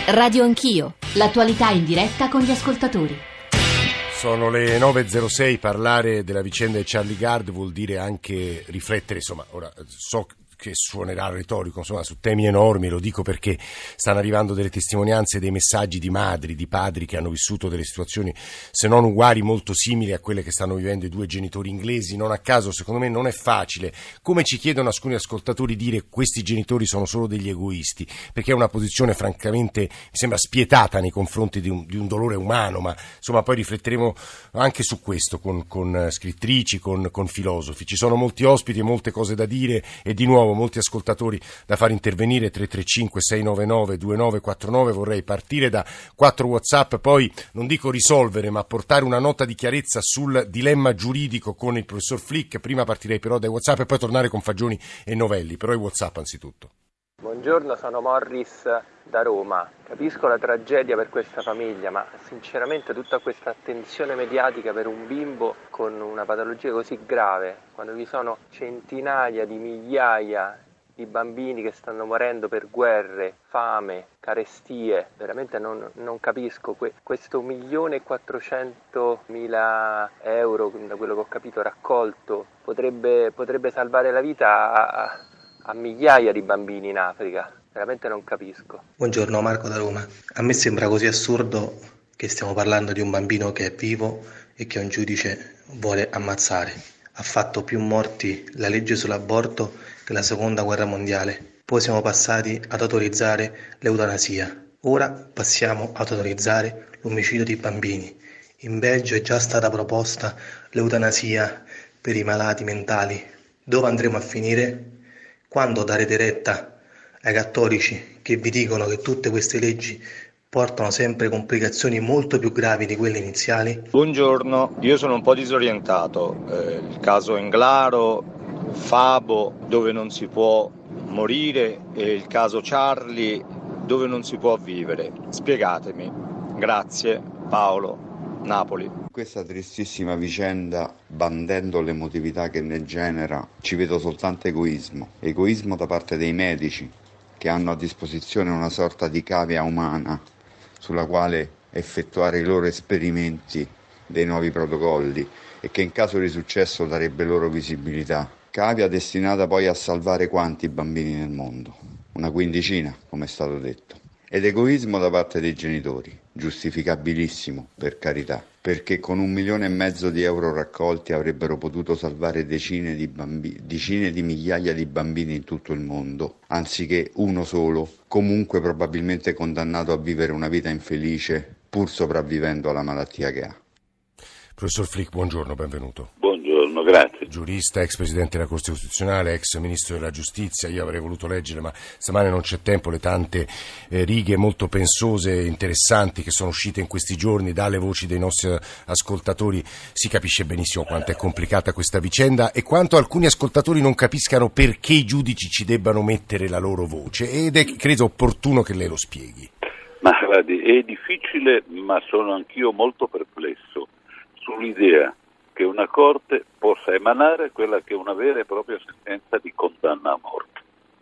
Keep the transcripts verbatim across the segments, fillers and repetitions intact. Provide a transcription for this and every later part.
Radio Anch'io, l'attualità in diretta con gli ascoltatori. Sono le nove e zero sei, parlare della vicenda di Charlie Gard vuol dire anche riflettere, insomma, ora so che suonerà retorico, insomma, su temi enormi, lo dico perché stanno arrivando delle testimonianze, dei messaggi di madri, di padri che hanno vissuto delle situazioni, se non uguali, molto simili a quelle che stanno vivendo i due genitori inglesi. Non a caso, secondo me, non è facile, come ci chiedono alcuni ascoltatori, dire questi genitori sono solo degli egoisti, perché è una posizione francamente, mi sembra, spietata nei confronti di un, di un dolore umano, ma insomma poi rifletteremo anche su questo con, con scrittrici, con, con filosofi. Ci sono molti ospiti e molte cose da dire e di nuovo molti ascoltatori da far intervenire. Tre tre cinque sei nove nove due nove quattro nove. Vorrei partire da quattro WhatsApp, poi non dico risolvere ma portare una nota di chiarezza sul dilemma giuridico con il professor Flick. Prima partirei però dai WhatsApp e poi tornare con Fagioni e Novelli, però i WhatsApp anzitutto. Buongiorno, sono Morris da Roma. Capisco la tragedia per questa famiglia, ma sinceramente tutta questa attenzione mediatica per un bimbo con una patologia così grave, quando vi sono centinaia di migliaia di bambini che stanno morendo per guerre, fame, carestie, veramente non, non capisco. Que- questo milione e quattrocentomila euro, da quello che ho capito, raccolto, potrebbe, potrebbe salvare la vita a, a migliaia di bambini in Africa. Veramente non capisco. Buongiorno, Marco da Roma. A me sembra così assurdo che stiamo parlando di un bambino che è vivo e che un giudice vuole ammazzare. Ha fatto più morti la legge sull'aborto che la seconda guerra mondiale. Poi siamo passati ad autorizzare l'eutanasia. Ora passiamo ad autorizzare l'omicidio di bambini. In Belgio è già stata proposta l'eutanasia per i malati mentali. Dove andremo a finire? Quando darete retta ai cattolici che vi dicono che tutte queste leggi portano sempre complicazioni molto più gravi di quelle iniziali? Buongiorno, io sono un po' disorientato. Eh, il caso Englaro, Fabo, dove non si può morire, e il caso Charlie, dove non si può vivere. Spiegatemi. Grazie, Paolo, Napoli. Questa tristissima vicenda, bandendo l'emotività che ne genera, ci vedo soltanto egoismo. Egoismo da parte dei medici, che hanno a disposizione una sorta di cavia umana sulla quale effettuare i loro esperimenti dei nuovi protocolli e che in caso di successo darebbe loro visibilità. Cavia destinata poi a salvare quanti bambini nel mondo? Una quindicina, come è stato detto. Ed egoismo da parte dei genitori, giustificabilissimo, per carità, perché con un milione e mezzo di euro raccolti avrebbero potuto salvare decine di bambini, decine di migliaia di bambini in tutto il mondo, anziché uno solo, comunque probabilmente condannato a vivere una vita infelice, pur sopravvivendo alla malattia che ha. Professor Flick, buongiorno, benvenuto. Buongiorno, grazie. Giurista, ex Presidente della Corte Costituzionale, ex Ministro della Giustizia. Io avrei voluto leggere, ma stamane non c'è tempo, le tante eh, righe molto pensose e interessanti che sono uscite in questi giorni dalle voci dei nostri ascoltatori. Si capisce benissimo quanto è complicata questa vicenda e quanto alcuni ascoltatori non capiscano perché i giudici ci debbano mettere la loro voce, ed è credo opportuno che lei lo spieghi. Ma guardi, è difficile, ma sono anch'io molto perplesso sull'idea che una Corte possa emanare quella che è una vera e propria sentenza di condanna a morte.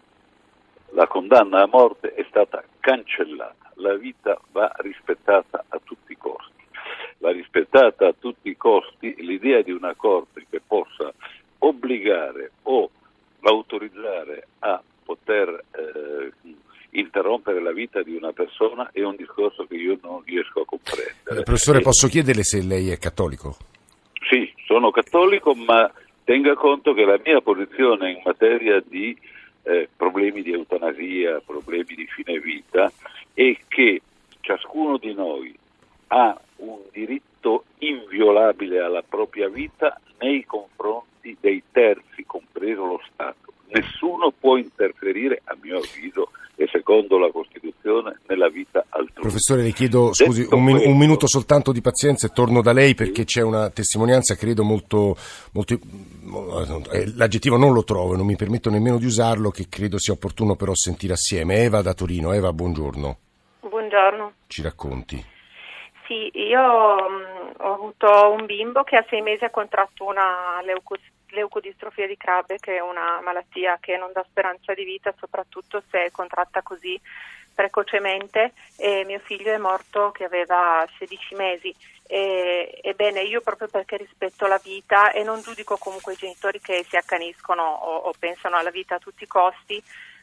La condanna a morte è stata cancellata, la vita va rispettata a tutti i costi. Va rispettata a tutti i costi l'idea di una Corte che possa obbligare o autorizzare a poter eh, interrompere la vita di una persona è un discorso che io non riesco a comprendere. Eh, professore, posso chiederle se lei è cattolico? Sì, sono cattolico, ma tenga conto che la mia posizione in materia di eh, problemi di eutanasia, problemi di fine vita, è che ciascuno di noi ha un diritto inviolabile alla propria vita nei confronti dei terzi, compreso lo Stato. Nessuno può interferire, a mio avviso, e secondo la Costituzione, nella vita altrui. Professore, le chiedo scusi un, min- un minuto soltanto di pazienza e torno da lei perché c'è una testimonianza, credo molto, molto eh, l'aggettivo non lo trovo, non mi permetto nemmeno di usarlo, che credo sia opportuno però sentire assieme. Eva da Torino. Eva, buongiorno. Buongiorno. Ci racconti? Sì, io mh, ho avuto un bimbo che a sei mesi ha contratto una leucostomia leucodistrofia di Krabbe, che è una malattia che non dà speranza di vita, soprattutto se è contratta così precocemente e mio figlio è morto che aveva sedici mesi. E, ebbene, io proprio perché rispetto la vita e non giudico comunque i genitori che si accaniscono o, o pensano alla vita a tutti i costi,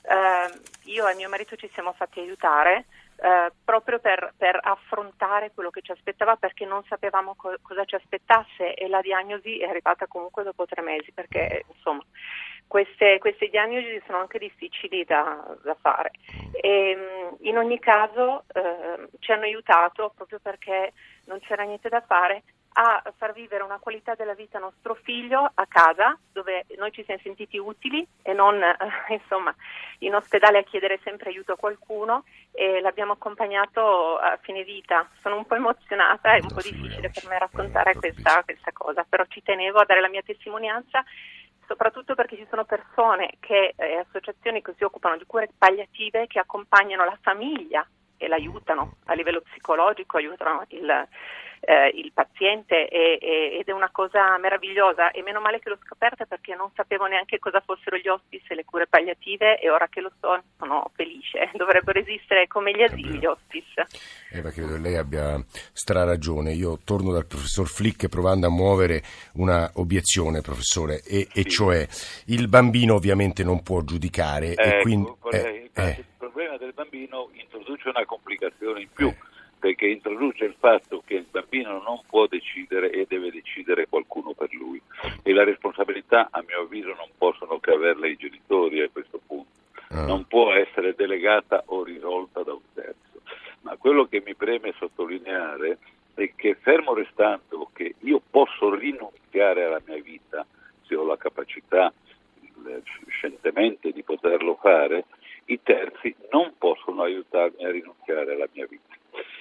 eh, io e mio marito ci siamo fatti aiutare eh, proprio per, per affrontare quello che ci aspettava, perché non sapevamo co- cosa ci aspettasse, e la diagnosi è arrivata comunque dopo tre mesi, perché insomma queste, queste diagnosi sono anche difficili da, da fare. E, in ogni caso eh, ci hanno aiutato proprio perché non c'era niente da fare a far vivere una qualità della vita a nostro figlio a casa, dove noi ci siamo sentiti utili e non eh, insomma in ospedale a chiedere sempre aiuto a qualcuno, e l'abbiamo accompagnato a fine vita. Sono un po' emozionata, è un po' difficile per me raccontare questa, questa cosa, però ci tenevo a dare la mia testimonianza, soprattutto perché ci sono persone che, eh, associazioni che si occupano di cure palliative, che accompagnano la famiglia e l'aiutano a livello psicologico, aiutano il, eh, il paziente e, e, ed è una cosa meravigliosa, e meno male che l'ho scoperta, perché non sapevo neanche cosa fossero gli hospice e le cure palliative, e ora che lo so sono felice. Dovrebbero esistere come gli asili, gli hospice. Eva, credo che lei abbia straragione. Io torno dal professor Flick provando a muovere una obiezione, professore, e, e cioè il bambino ovviamente non può giudicare, eh, e quindi eh, eh, il problema del bambino introduce una complicazione in più, eh. perché introduce il fatto che il bambino non può decidere e deve decidere qualcuno per lui, e la responsabilità, a mio avviso, non possono che averla i genitori a questo punto, ah. non può essere delegata o risolta da un terzo. Ma quello che mi preme sottolineare è che, fermo restando che io posso rinunziare alla mia vita se ho la capacità eh, scientemente di poterlo fare, i terzi non possono aiutarmi a rinunziare alla mia vita.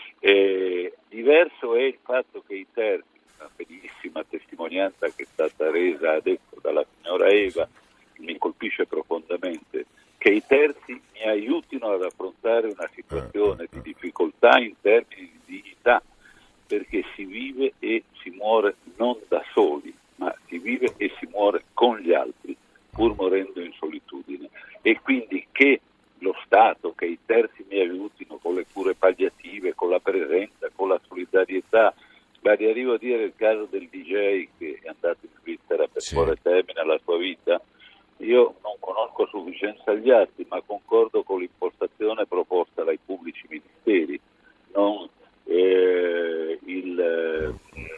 E diverso è il fatto che i terzi, una bellissima testimonianza che è stata resa adesso dalla signora Eva, mi colpisce profondamente, che i terzi mi aiutino ad affrontare una situazione di difficoltà in termini di dignità, perché si vive e si muore non da soli, ma si vive e si muore con gli altri, pur morendo in solitudine. E quindi che lo Stato, che i terzi mi aiutino con le cure palliative, con la presenza, con la solidarietà. Beh, arrivo a dire il caso del D J che è andato in Svizzera per sì. porre termine alla sua vita. Io non conosco a sufficienza gli atti, ma concordo con l'impostazione proposta dai pubblici ministeri. Non eh, il,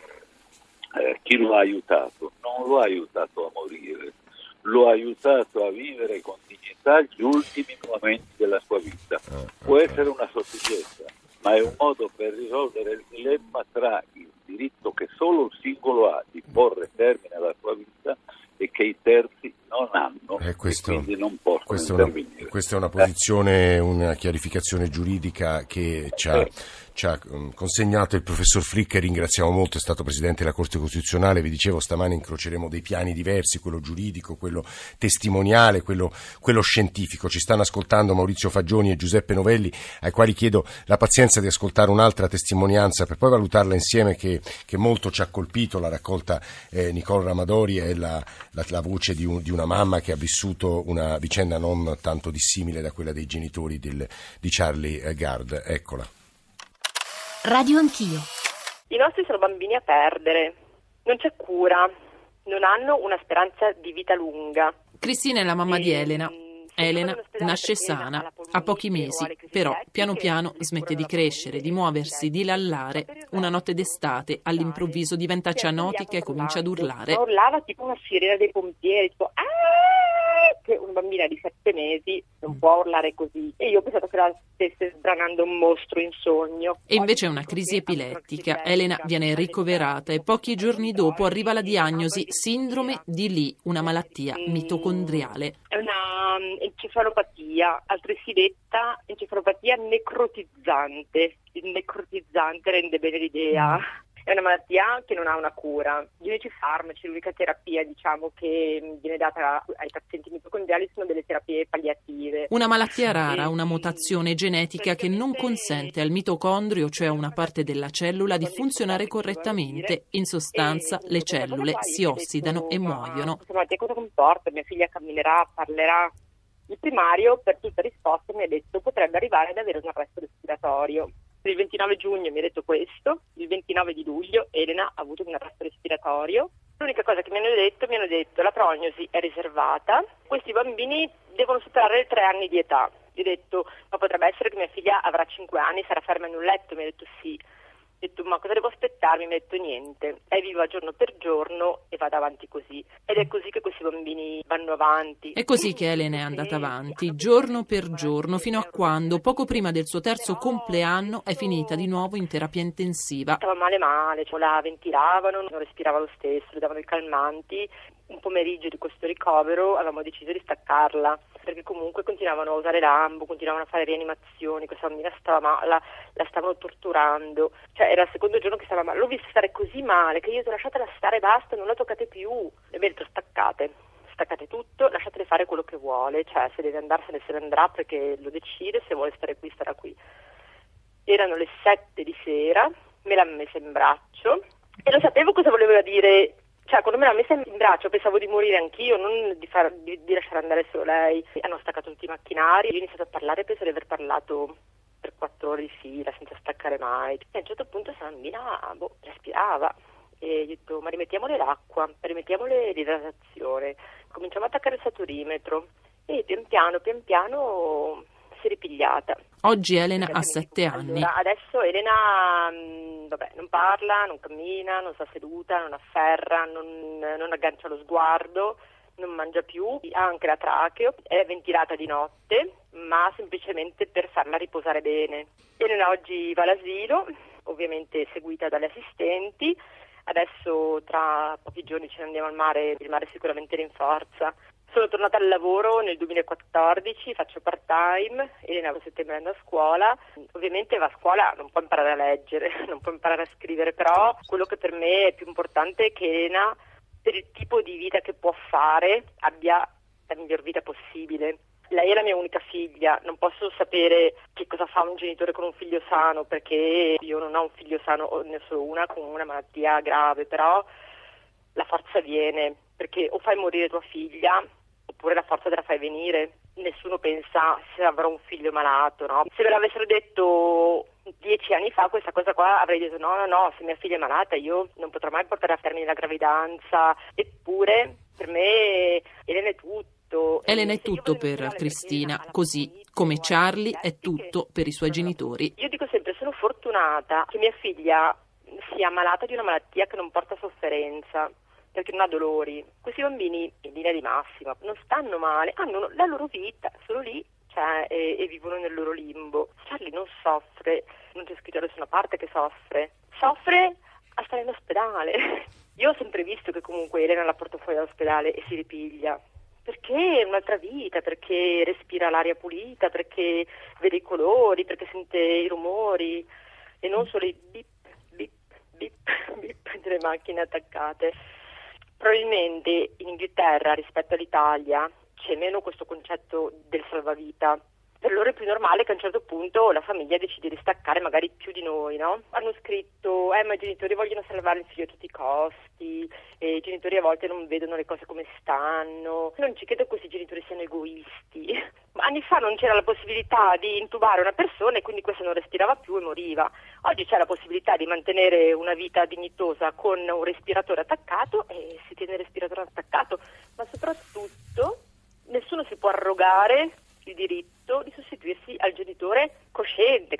eh, chi lo ha aiutato? Non lo ha aiutato a morire, lo ha aiutato a vivere con dignità gli ultimi momenti della sua vita. Può essere una sottigliezza, ma è un modo per risolvere il dilemma tra il diritto che solo il singolo ha di porre termine alla sua vita e che i terzi non hanno, eh, questo, e quindi non possono questa intervenire. È una, questa è una posizione, una chiarificazione giuridica che ci ha, ci ha consegnato il professor Flick, ringraziamo molto, è stato presidente della Corte Costituzionale. Vi dicevo, stamane incroceremo dei piani diversi, quello giuridico, quello testimoniale, quello, quello scientifico. Ci stanno ascoltando Maurizio Fagioni e Giuseppe Novelli, ai quali chiedo la pazienza di ascoltare un'altra testimonianza per poi valutarla insieme, che, che molto ci ha colpito. La raccolta eh, Nicole Ramadori, è la, la, la voce di, un, di una mamma che ha vissuto una vicenda non tanto dissimile da quella dei genitori del, di Charlie Gard. Eccola. Radio Anch'io. I nostri sono bambini a perdere, non c'è cura, non hanno una speranza di vita lunga. Cristina è la mamma di Elena. Elena nasce sana, a pochi mesi, però piano piano smette di crescere, di muoversi, di lallare. Una notte d'estate all'improvviso diventa cianotica e comincia ad urlare. Urlava tipo una sirena dei pompieri, tipo ah! Che una bambina di sette mesi non può urlare così. E io ho pensato che la stesse sbranando un mostro in sogno. E invece è una crisi epilettica. Elena viene ricoverata e pochi giorni dopo arriva la diagnosi sindrome di Lee, una malattia mitocondriale. È una encefalopatia, altresì detta encefalopatia necrotizzante. Il necrotizzante rende bene l'idea. È una malattia che non ha una cura. Gli unici farmaci, l'unica terapia, diciamo, che viene data ai pazienti mitocondriali sono delle terapie palliative. Una malattia rara, una mutazione genetica che non consente al mitocondrio, cioè a una parte della cellula, di funzionare correttamente. In sostanza, le cellule si ossidano e muoiono. Questa malattia cosa comporta? Mia figlia camminerà, parlerà, Il primario per tutta risposta mi ha detto potrebbe arrivare ad avere un arresto respiratorio. Il ventinove giugno mi ha detto questo, il ventinove di luglio Elena ha avuto un arresto respiratorio. L'unica cosa che mi hanno detto, mi hanno detto la prognosi è riservata, questi bambini devono superare i tre anni di età. Gli ho detto, ma potrebbe essere che mia figlia avrà cinque anni, sarà ferma in un letto? Mi ha detto sì. Ho detto, ma cosa devo aspettarmi? Mi ha detto niente, è viva giorno per giorno e vada avanti così. Ed è così che questi bambini vanno avanti. È così che Elena è andata avanti, giorno per giorno, fino a quando, poco prima del suo terzo compleanno, è finita di nuovo in terapia intensiva. Stava male male, cioè la ventilavano, non respirava lo stesso, le davano i calmanti. Un pomeriggio di questo ricovero avevamo deciso di staccarla, perché comunque continuavano a usare l'ambu, continuavano a fare rianimazioni, questa bambina stava male, la stavano torturando, cioè era il secondo giorno che stava male, l'ho vista stare così male che io ho detto lasciatela stare, basta, non la toccate più, e mi ha detto staccate, staccate tutto, lasciatele fare quello che vuole, cioè se deve andarsene se ne andrà perché lo decide, se vuole stare qui starà qui. Erano le sette di sera, me l'ha messa in braccio e lo sapevo cosa voleva dire. Cioè, quando me l'ha messa in braccio pensavo di morire anch'io, non di, far, di, di lasciare andare solo lei. Hanno staccato tutti i macchinari, io ho iniziato a parlare, penso di aver parlato per quattro ore di fila, senza staccare mai. E a un certo punto questa bambina, boh, respirava. E gli ho detto, ma rimettiamole l'acqua, rimettiamole l'idratazione. Cominciamo ad attaccare il saturimetro. E pian piano, pian piano si è ripigliata. Oggi Elena ha sette anni. Allora, adesso Elena mh, vabbè, non parla, non cammina, non sta seduta, non afferra, non, non aggancia lo sguardo, non mangia più, ha anche la tracheo, è ventilata di notte, ma semplicemente per farla riposare bene. Elena oggi va all'asilo, ovviamente seguita dalle assistenti. Adesso tra pochi giorni ce ne andiamo al mare, il mare sicuramente rinforza. Sono tornata al lavoro nel duemilaquattordici, faccio part-time, Elena a settembre andando a scuola. Ovviamente va a scuola, non può imparare a leggere, non può imparare a scrivere, però quello che per me è più importante è che Elena, per il tipo di vita che può fare, abbia la miglior vita possibile. Lei è la mia unica figlia, non posso sapere che cosa fa un genitore con un figlio sano, perché io non ho un figlio sano, ne ho solo una con una malattia grave, però la forza viene, perché o fai morire tua figlia, oppure la forza te la fai venire. Nessuno pensa se avrò un figlio malato, no? Se me l'avessero detto dieci anni fa questa cosa qua avrei detto no, no, no, se mia figlia è malata io non potrò mai portare a termine la gravidanza. Eppure per me Elena è tutto. Elena è tutto per Cristina, così come Charlie è tutto per i suoi genitori. Io dico sempre, sono fortunata che mia figlia sia malata di una malattia che non porta sofferenza, perché non ha dolori. Questi bambini, in linea di massima, non stanno male, hanno la loro vita, sono lì, cioè, e, e vivono nel loro limbo. Charlie non soffre, non c'è scritto da nessuna parte che soffre, soffre a stare in ospedale. Io ho sempre visto che comunque Elena la porta fuori dall'ospedale e si ripiglia, perché è un'altra vita, perché respira l'aria pulita, perché vede i colori, perché sente i rumori e non solo i bip, bip, bip, bip delle macchine attaccate. Probabilmente in Inghilterra rispetto all'Italia c'è meno questo concetto del salvavita. Per loro è più normale che a un certo punto la famiglia decide di staccare magari più di noi, no? Hanno scritto, eh ma i genitori vogliono salvare il figlio a tutti i costi, e i genitori a volte non vedono le cose come stanno. Non ci credo che questi genitori siano egoisti. Ma anni fa non c'era la possibilità di intubare una persona e quindi questa non respirava più e moriva. Oggi c'è la possibilità di mantenere una vita dignitosa con un respiratore attaccato e si tiene il respiratore attaccato, ma soprattutto nessuno si può arrogare il diritto di sostituirsi al genitore cosciente.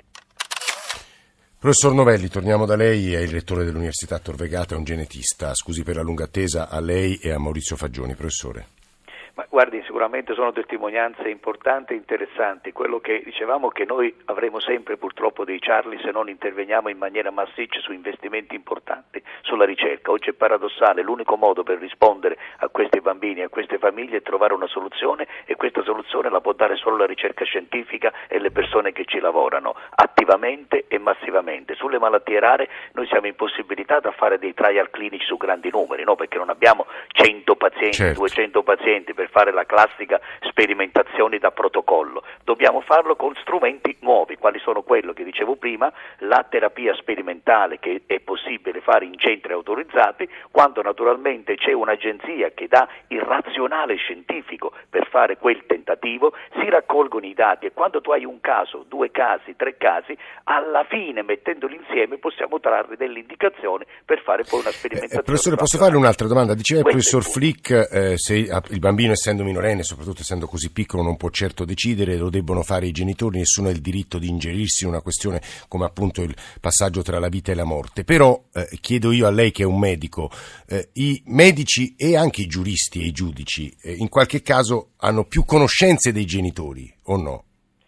Professor Novelli, torniamo da lei, è il rettore dell'Università Tor Vergata, è un genetista. Scusi per la lunga attesa a lei e a Maurizio Fagioni. Professore. Ma guardi, sicuramente sono testimonianze importanti e interessanti. Quello che dicevamo che noi avremo sempre purtroppo dei Charlie se non interveniamo in maniera massiccia su investimenti importanti sulla ricerca. Oggi è paradossale, l'unico modo per rispondere a questi bambini e a queste famiglie è trovare una soluzione, e questa soluzione la può dare solo la ricerca scientifica e le persone che ci lavorano attivamente e massivamente. Sulle malattie rare noi siamo impossibilitati a fare dei trial clinici su grandi numeri, no? Perché non abbiamo cento pazienti, certo. duecento pazienti per fare la classica sperimentazione da protocollo. Dobbiamo farlo con strumenti nuovi, quali sono quello che dicevo prima, la terapia sperimentale che è possibile fare in centri autorizzati, quando naturalmente c'è un'agenzia che dà il razionale scientifico per fare quel tentativo, si raccolgono i dati e quando tu hai un caso, due casi, tre casi, alla fine mettendoli insieme possiamo trarre delle indicazioni per fare poi una sperimentazione. Eh, professore, posso fare un'altra domanda? Diceva il professor Flick, eh, se il bambino essendo minorenne, soprattutto essendo così piccolo, non può certo decidere, lo debbono fare i genitori, nessuno ha il diritto di ingerirsi in una questione come appunto il passaggio tra la vita e la morte. Però eh, chiedo io a lei che è un medico, eh, i medici e anche i giuristi e i giudici eh, in qualche caso hanno più conoscenze dei genitori o no?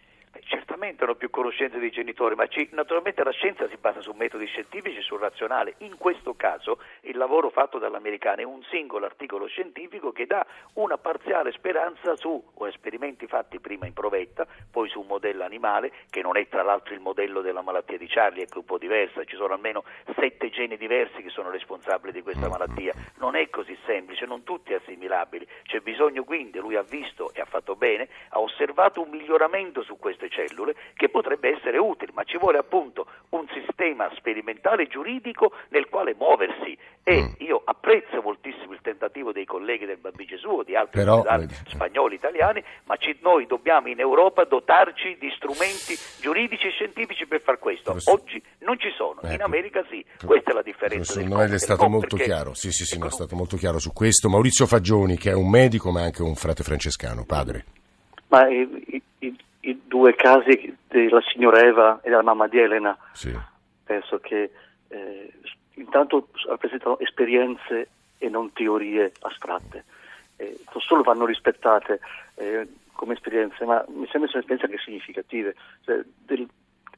Hanno più conoscenze dei genitori, ma ci, naturalmente la scienza si basa su metodi scientifici, sul razionale. In questo caso il lavoro fatto dall'americano è un singolo articolo scientifico che dà una parziale speranza su esperimenti fatti prima in provetta, poi su un modello animale, che non è tra l'altro il modello della malattia di Charlie, è che è un po' diversa, ci sono almeno sette geni diversi che sono responsabili di questa malattia. Non è così semplice, non tutti assimilabili, c'è bisogno quindi, lui ha visto e ha fatto bene, ha osservato un miglioramento su queste cellule che potrebbe essere utile, ma ci vuole appunto un sistema sperimentale giuridico nel quale muoversi e mm. io apprezzo moltissimo il tentativo dei colleghi del Bambì Gesù o di altri Però, ospedali spagnoli, italiani, ma ci, noi dobbiamo in Europa dotarci di strumenti giuridici e scientifici per far questo. Professor, oggi non ci sono, ecco, in America sì, questa è la differenza. Del Noel è stato molto perché... chiaro, sì sì sì, no, è stato molto chiaro su questo. Maurizio Fagioni, che è un medico ma anche un frate francescano, padre. Ma i, i, i due casi della signora Eva e della mamma di Elena, sì. penso che eh, intanto rappresentano esperienze e non teorie astratte. Eh, non solo vanno rispettate eh, come esperienze, ma mi sembra essere esperienze anche significative. Cioè, del,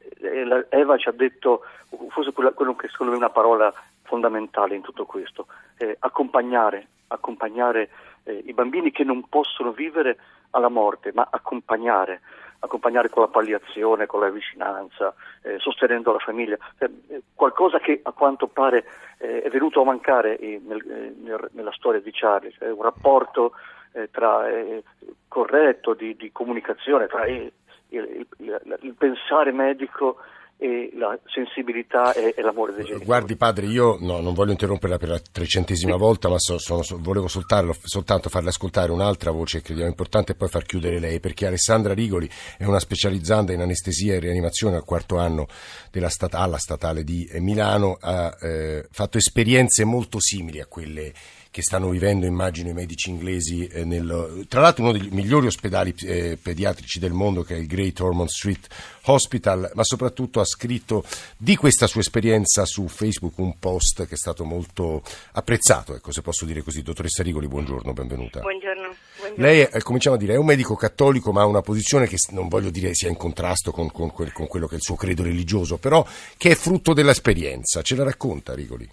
eh, Eva ci ha detto, forse quella, quello che secondo me è una parola fondamentale in tutto questo, eh, accompagnare, accompagnare eh, i bambini che non possono vivere alla morte, ma accompagnare, accompagnare con la palliazione, con la vicinanza, eh, sostenendo la famiglia, eh, qualcosa che a quanto pare eh, è venuto a mancare eh, nel, eh, nel, nella storia di Charlie, cioè un rapporto eh, tra eh, corretto di, di comunicazione tra eh, il, il, il, il pensare medico e la sensibilità e, e l'amore dei genitori. Guardi padre, io no, non voglio interromperla per la trecentesima sì. volta, ma so, sono, so, volevo soltarlo, soltanto farle ascoltare un'altra voce che crediamo importante e poi far chiudere lei, perché Alessandra Rigoli è una specializzanda in anestesia e rianimazione al quarto anno della stata, alla statale di Milano, ha eh, fatto esperienze molto simili a quelle che stanno vivendo, immagino, i medici inglesi eh, nel, tra l'altro uno dei migliori ospedali eh, pediatrici del mondo, che è il Great Ormond Street Hospital, ma soprattutto ha scritto di questa sua esperienza su Facebook un post che è stato molto apprezzato, ecco, se posso dire così. Dottoressa Rigoli, buongiorno, benvenuta. Buongiorno. buongiorno. Lei, è, cominciamo a dire, è un medico cattolico, ma ha una posizione che non voglio dire sia in contrasto con, con, quel, con quello che è il suo credo religioso, però che è frutto dell'esperienza. Ce la racconta, Rigoli?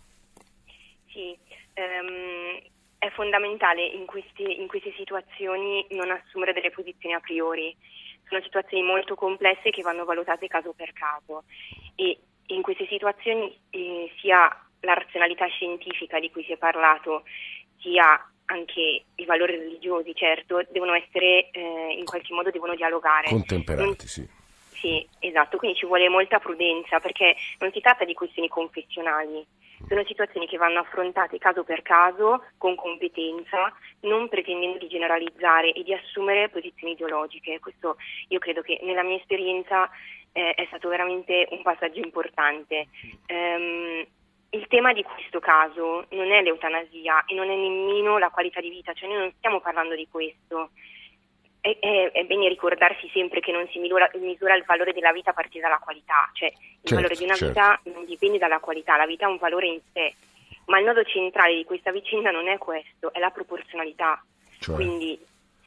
Sì, um... è fondamentale in, questi, in queste situazioni non assumere delle posizioni a priori. Sono situazioni molto complesse che vanno valutate caso per caso e in queste situazioni eh, sia la razionalità scientifica di cui si è parlato, sia anche i valori religiosi, certo, devono essere eh, in qualche modo devono dialogare. Contemperati, non... sì. Sì, esatto, quindi ci vuole molta prudenza perché non si tratta di questioni confessionali. Sono situazioni che vanno affrontate caso per caso, con competenza, non pretendendo di generalizzare e di assumere posizioni ideologiche. Questo io credo che nella mia esperienza eh, è stato veramente un passaggio importante. Um, il tema di questo caso non è l'eutanasia e non è nemmeno la qualità di vita, cioè noi non stiamo parlando di questo. È, è, è bene ricordarsi sempre che non si misura, misura il valore della vita a partire dalla qualità, cioè il certo, valore di una certo. vita non dipende dalla qualità, la vita è un valore in sé, ma il nodo centrale di questa vicenda non è questo, è la proporzionalità. Cioè. Quindi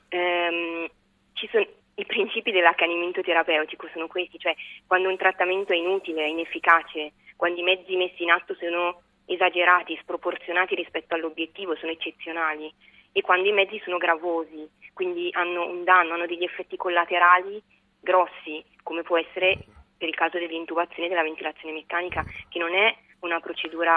ehm, ci sono i principi dell'accanimento terapeutico, sono questi, cioè quando un trattamento è inutile, è inefficace, quando i mezzi messi in atto sono esagerati, sproporzionati rispetto all'obiettivo, sono eccezionali, e quando i mezzi sono gravosi, quindi hanno un danno, hanno degli effetti collaterali grossi, come può essere per il caso dell'intubazione e della ventilazione meccanica, che non è una procedura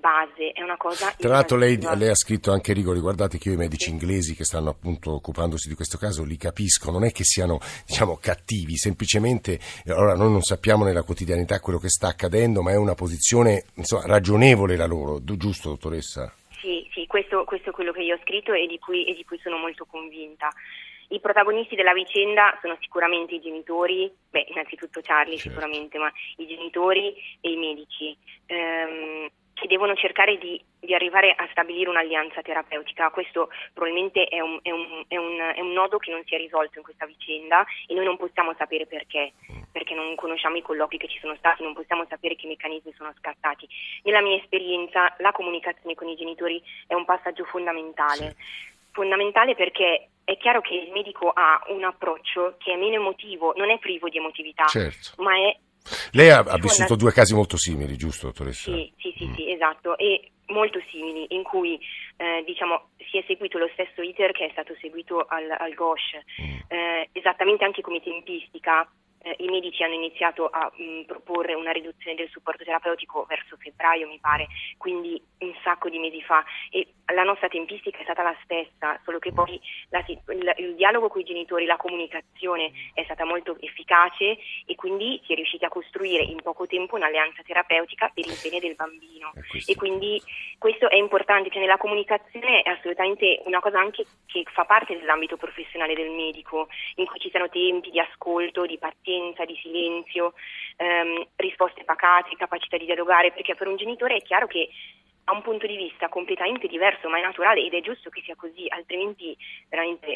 base, è una cosa... Tra l'altro lei, lei ha scritto anche, Rigoli, guardate che io i medici inglesi che stanno appunto occupandosi di questo caso li capisco, non è che siano, diciamo, cattivi, semplicemente, allora noi non sappiamo nella quotidianità quello che sta accadendo, ma è una posizione, insomma, ragionevole la loro, giusto, dottoressa? Sì, sì, questo, questo è quello che io ho scritto e di cui, e di cui sono molto convinta. I protagonisti della vicenda sono sicuramente i genitori, beh, innanzitutto Charlie certo. sicuramente, ma i genitori e i medici. Ehm, che devono cercare di, di arrivare a stabilire un'alleanza terapeutica. Questo probabilmente è un, è, un, è, un, è un nodo che non si è risolto in questa vicenda e noi non possiamo sapere perché, perché non conosciamo i colloqui che ci sono stati, non possiamo sapere che meccanismi sono scattati. Nella mia esperienza la comunicazione con i genitori è un passaggio fondamentale, sì. fondamentale perché è chiaro che il medico ha un approccio che è meno emotivo, non è privo di emotività, certo. ma è... Lei ha, ha vissuto due casi molto simili, giusto, dottoressa? Sì, sì, sì, mm. sì, esatto, e molto simili, in cui eh, diciamo si è seguito lo stesso iter che è stato seguito al, al Ghosh, mm. eh, esattamente anche come tempistica. Eh, I medici hanno iniziato a mh, proporre una riduzione del supporto terapeutico verso febbraio, mi pare, quindi un sacco di mesi fa, e la nostra tempistica è stata la stessa, solo che poi la, il, il dialogo con i genitori, la comunicazione è stata molto efficace e quindi si è riusciti a costruire in poco tempo un'alleanza terapeutica per il bene del bambino. E quindi questo è importante, cioè nella comunicazione è assolutamente una cosa anche che fa parte dell'ambito professionale del medico, in cui ci siano tempi di ascolto, di pazienza, di silenzio, ehm, risposte pacate, capacità di dialogare, perché per un genitore è chiaro che ha un punto di vista completamente diverso, ma è naturale ed è giusto che sia così, altrimenti veramente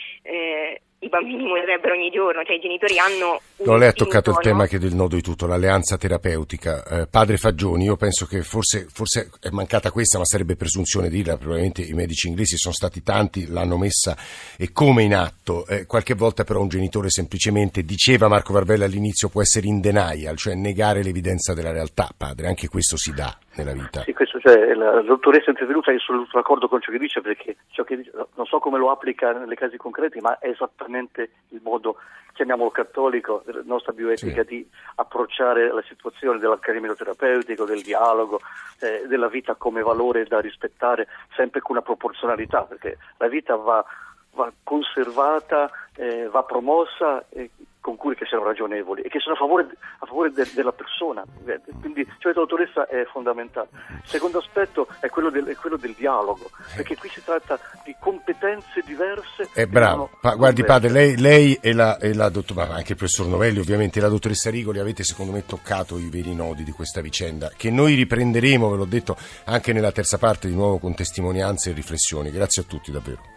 eh, i bambini morirebbero ogni giorno, cioè i genitori hanno... No, lei ha toccato il tema che è del nodo di tutto, l'alleanza terapeutica. Eh, padre Fagioni, io penso che forse, forse è mancata questa, ma sarebbe presunzione dirla, probabilmente i medici inglesi sono stati tanti, l'hanno messa e come in atto. Eh, qualche volta però un genitore semplicemente, diceva Marco Varvella all'inizio, può essere in denial, cioè negare l'evidenza della realtà, padre, anche questo si dà nella vita. Sì, questo, cioè, la dottoressa intervenuta, io sono d'accordo con ciò che dice, perché ciò che dice, non so come lo applica nei casi concreti, ma è esattamente il modo, chiamiamolo cattolico, della nostra bioetica, sì. di approcciare la situazione dell'accanimento terapeutico, del dialogo, eh, della vita come valore da rispettare, sempre con una proporzionalità, perché la vita va, va conservata, eh, va promossa, eh, con cure che siano ragionevoli e che siano a favore, a favore de, della persona. Quindi cioè la dottoressa è fondamentale. Il secondo aspetto è quello del, è quello del dialogo, perché qui si tratta di competenze diverse. È bravo. Pa- guardi padre, lei, lei e la, e la dottor, ma anche il professor Novelli ovviamente, e la dottoressa Rigoli avete secondo me toccato i veri nodi di questa vicenda, che noi riprenderemo, ve l'ho detto, anche nella terza parte, di nuovo con testimonianze e riflessioni. Grazie a tutti davvero.